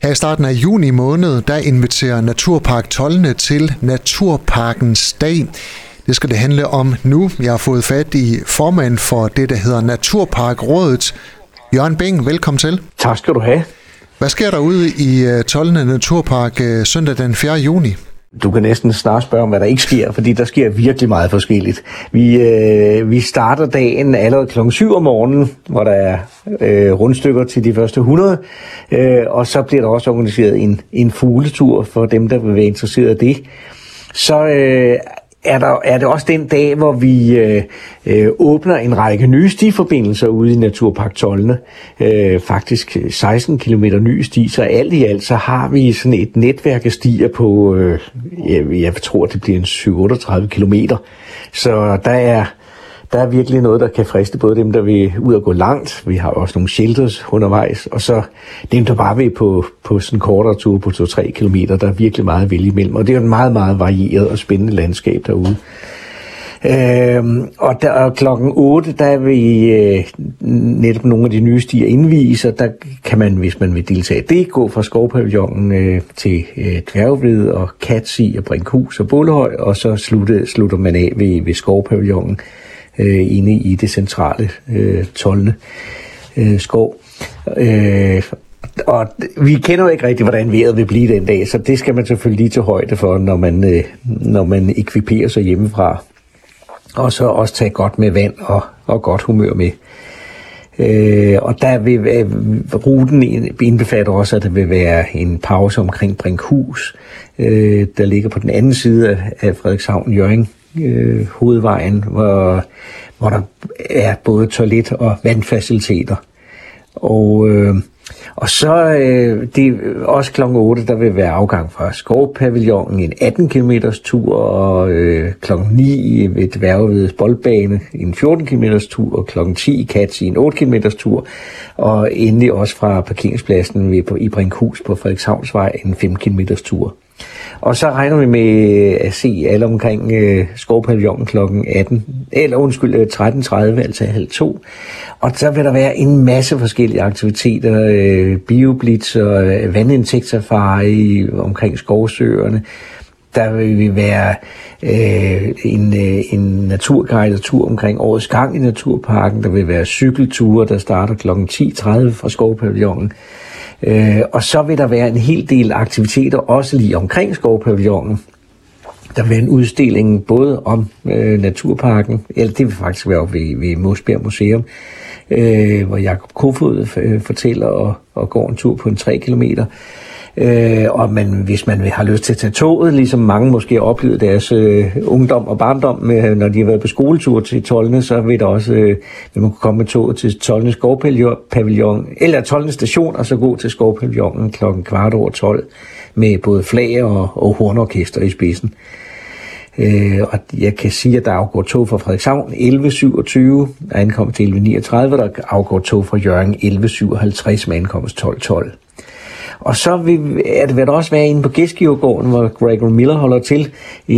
Her i starten af juni måned, der inviterer Naturpark Tolne til Naturparkens Dag. Det skal det handle om nu. Jeg har fået fat i formand for det, der hedder Naturparkrådet. Jørgen Beng, velkommen til. Tak skal du have. Hvad sker der ude i Tolne Naturpark søndag den 4. juni? Du kan næsten snart spørge om, hvad der ikke sker, fordi der sker virkelig meget forskelligt. Vi starter dagen allerede kl. 7 om morgenen, hvor der er rundstykker til de første 100, og så bliver der også organiseret en fugletur for dem, der vil være interesseret i det. Så er det også den dag, hvor vi åbner en række nye stiforbindelser ude i Naturpark Tolne. Faktisk 16 km nye sti, så alt i alt så har vi sådan et netværk af stier på, jeg tror det bliver en 7-38 kilometer. Så der er virkelig noget, der kan friste både dem, der vil ud og gå langt. Vi har også nogle shelters undervejs, og så dem, der bare vil på sådan en kortere tur på 2-3 kilometer. Der er virkelig meget at vælge imellem, og det er jo en meget, meget varieret og spændende landskab derude. Og klokken 8, der er vi netop nogle af de nye stier indvise, og der kan man, hvis man vil deltage det, gå fra Skovpavillonen til Dværgved og Katsi og Brinkhus og Bullehøj, og så slutter man af ved Skovpavillonen inde i det centrale Tolne skov. Og vi kender jo ikke rigtig, hvordan vejret vil blive den dag, så det skal man selvfølgelig lige til højde for, når man ekviperer sig hjemmefra. Og så også tage godt med vand og godt humør med. Og der vil ruten indbefatter også, at der vil være en pause omkring Brinkhus, der ligger på den anden side af Frederikshavn-Hjørring hovedvejen, hvor der er både toilet og vandfaciliteter. Og så det også kl. 8, der vil være afgang fra Skovpavillonen, en 18 km tur, og kl. 9 ved Dværgveds boldbane en 14 km tur, og kl. 10 i Katsi en 8 km tur, og endelig også fra parkeringspladsen i Brinkhus på Frederikshavnsvej en 5 km tur. Og så regner vi med at se alle omkring Skovpavillonen kl. 13:30, altså 1:30. Og så vil der være en masse forskellige aktiviteter, bioblitz og vandindsigtssafari omkring skovsøerne. Der vil være en naturguidet tur omkring årets gang i Naturparken. Der vil være cykelture, der starter kl. 10:30 fra Skovpavillonen. Og så vil der være en hel del aktiviteter, også lige omkring Skovpavillonen. Der vil være en udstilling både om Naturparken, eller det vil faktisk være oppe ved Mosbjerg Museum, hvor Jakob Kofod fortæller og går en tur på en 3 kilometer. Og hvis man har lyst til at tage toget, ligesom mange måske har oplevet deres ungdom og barndom, når de har været på skoletur til Tolne, så vil der også vil man kunne komme med toget til Tolne Skovpavillon, eller Tolne Station, og så gå til Skovpavillonen kl. 12:15 med både flag og hornorkester i spidsen. Og jeg kan sige, at der afgår tog fra Frederikshavn 11:27, der ankommer til 11:39, der afgår tog fra Hjørring 11:57 med ankomst 12:12. Og så vil der også være inde på Gæstgivergården, hvor Gregory Miller holder til,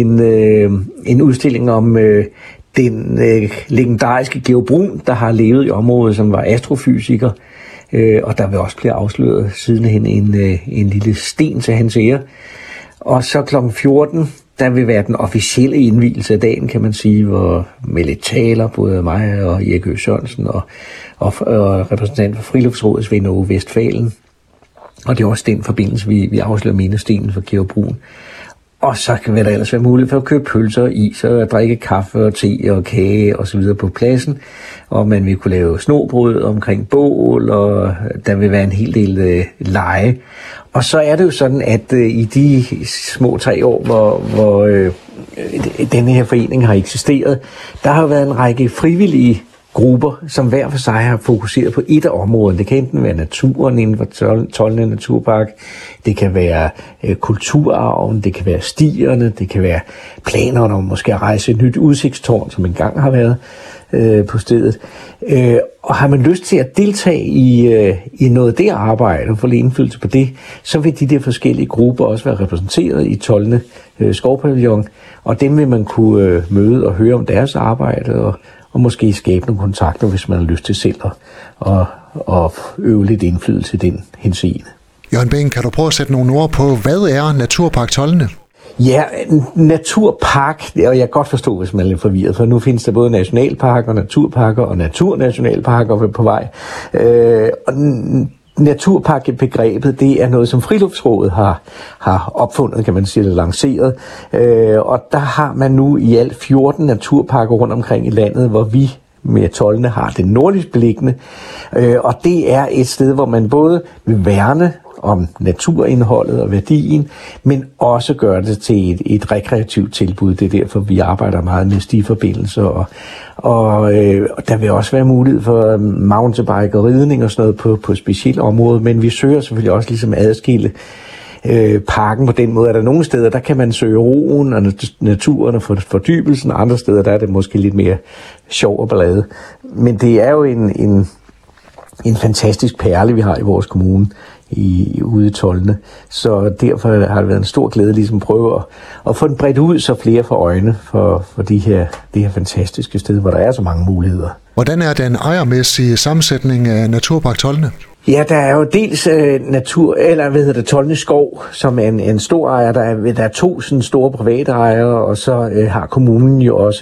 en udstilling om den legendariske Georg Brun, der har levet i området, som var astrofysiker. Og der vil også blive afsløret sidenhen en lille sten til hans ære. Og så kl. 14, der vil være den officielle indvielse af dagen, kan man sige, hvor med lidt taler, både mig og Erik Ø. Sørensen og repræsentant for Friluftsrådet, Svend Åge Vestfalen. Og det er også den forbindelse, vi afslører mindestenen for Georg Brun. Og så kan der ellers være mulighed for at købe pølser og is, og drikke kaffe og te og kage og så videre på pladsen. Og man vil kunne lave snobrød omkring bål, og der vil være en hel del lege. Og så er det jo sådan, at i de små 3 år, hvor denne her forening har eksisteret, der har været en række frivillige grupper, som hver for sig har fokuseret på et af områderne. Det kan enten være naturen inden for Tolne Naturpark, det kan være kulturarven, det kan være stierne, det kan være planerne om måske at rejse et nyt udsigtstårn, som engang har været på stedet. Og har man lyst til at deltage i noget af det arbejde og få lidt indflydelse på det, så vil de der forskellige grupper også være repræsenteret i Tolne Skovpavillon, og dem vil man kunne møde og høre om deres arbejde og måske skabe nogle kontakter, hvis man har lyst til selv at øve lidt indflydelse i den henseende. Jørgen Beng, kan du prøve at sætte nogle ord på, hvad er Naturpark Toldene? Ja, naturpark, og jeg kan godt forstå, hvis man er lidt forvirret, for nu findes der både nationalparker, naturparker og naturnationalparker på vej. Og naturparkbegrebet, det er noget, som Friluftsrådet har opfundet, kan man sige, eller lanceret. Og der har man nu i alt 14 naturparker rundt omkring i landet, hvor vi med Toldene har det nordligst beliggende. Og det er et sted, hvor man både vil værne om naturindholdet og værdien, men også gøre det til et rekreativt tilbud. Det er derfor, vi arbejder meget med stiforbindelser, og der vil også være mulighed for mountainbike og ridning og sådan noget på specielle områder, men vi søger selvfølgelig også ligesom adskille parken på den måde. Er der nogle steder, der kan man søge roen og naturen og fordybelsen, andre steder, der er det måske lidt mere sjov og ballade. Men det er jo en fantastisk perle, vi har i vores kommune ude i Toldene. Så derfor har det været en stor glæde ligesom at prøve at få den bredt ud, så flere får øjne for det her fantastiske sted, hvor der er så mange muligheder. Hvordan er den ejermæssige sammensætning af Naturpark Toldene? Ja, der er jo dels Toldene Skov, som er en stor ejer. Der er 2 sådan store private ejere, og så har kommunen jo også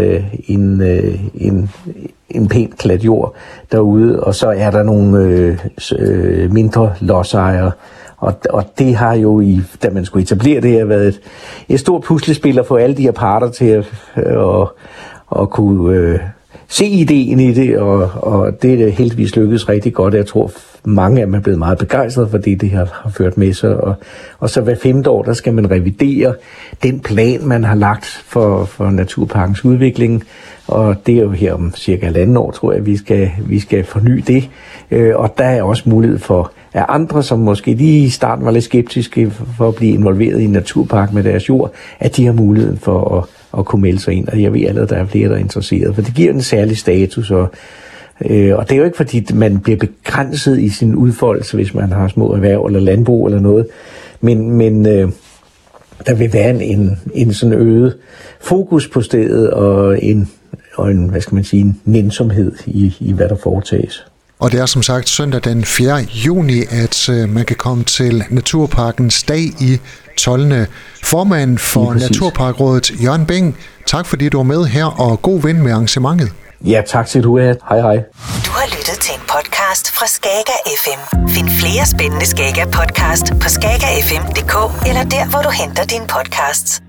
en pæn klat jord derude, og så er der nogle mindre lodsejere. Og det har jo, da man skulle etablere det, har været et stort puslespil at få alle de her parter til at kunne se ideen i det, og det er heldigvis lykkedes rigtig godt. Jeg tror, mange af dem er blevet meget begejstrede for det har ført med sig. Og så hver 5. år, der skal man revidere den plan, man har lagt for naturparkens udvikling. Og det er jo her om cirka 1,5 år, tror jeg, vi skal forny det. Og der er også mulighed for, at andre, som måske lige i starten var lidt skeptiske for at blive involveret i en naturpark med deres jord, at de har muligheden for at kunne melde sig ind. Og jeg ved allerede, der er flere, der er interesseret, for det giver en særlig status. Og det er jo ikke, fordi man bliver begrænset i sin udfoldelse, hvis man har små erhverv eller landbrug eller noget. Men der vil være en sådan øget fokus på stedet og en hvad skal man sige, en nænsomhed i hvad der foretages. Og det er som sagt søndag den 4. juni, at man kan komme til Naturparkens dag i Toldene. Formand for Naturparkrådet, Jørgen Beng, tak fordi du var med her, og god vind med arrangementet. Ja, tak skal du have. Hej hej. Du har lyttet til en podcast fra Skager FM. Find flere spændende Skager podcast på skagerfm.dk eller der, hvor du henter dine podcasts.